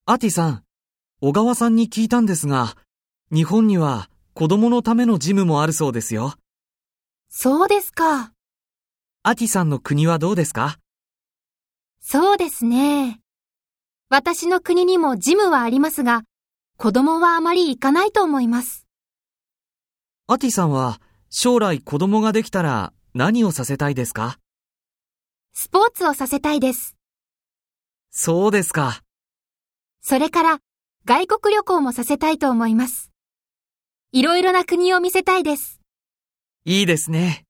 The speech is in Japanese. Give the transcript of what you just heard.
アティさん、小川さんに聞いたんですが、日本には子供のためのジムもあるそうですよ。 そうですか。 アティさんの国はどうですか？ そうですね。私の国にもジムはありますが、子供はあまり行かないと思います。 アティさんは将来子供ができたら何をさせたいですか？ スポーツをさせたいです。 そうですか。 それから外国旅行もさせたいと思います。いろいろな国を見せたいです。 いいですね。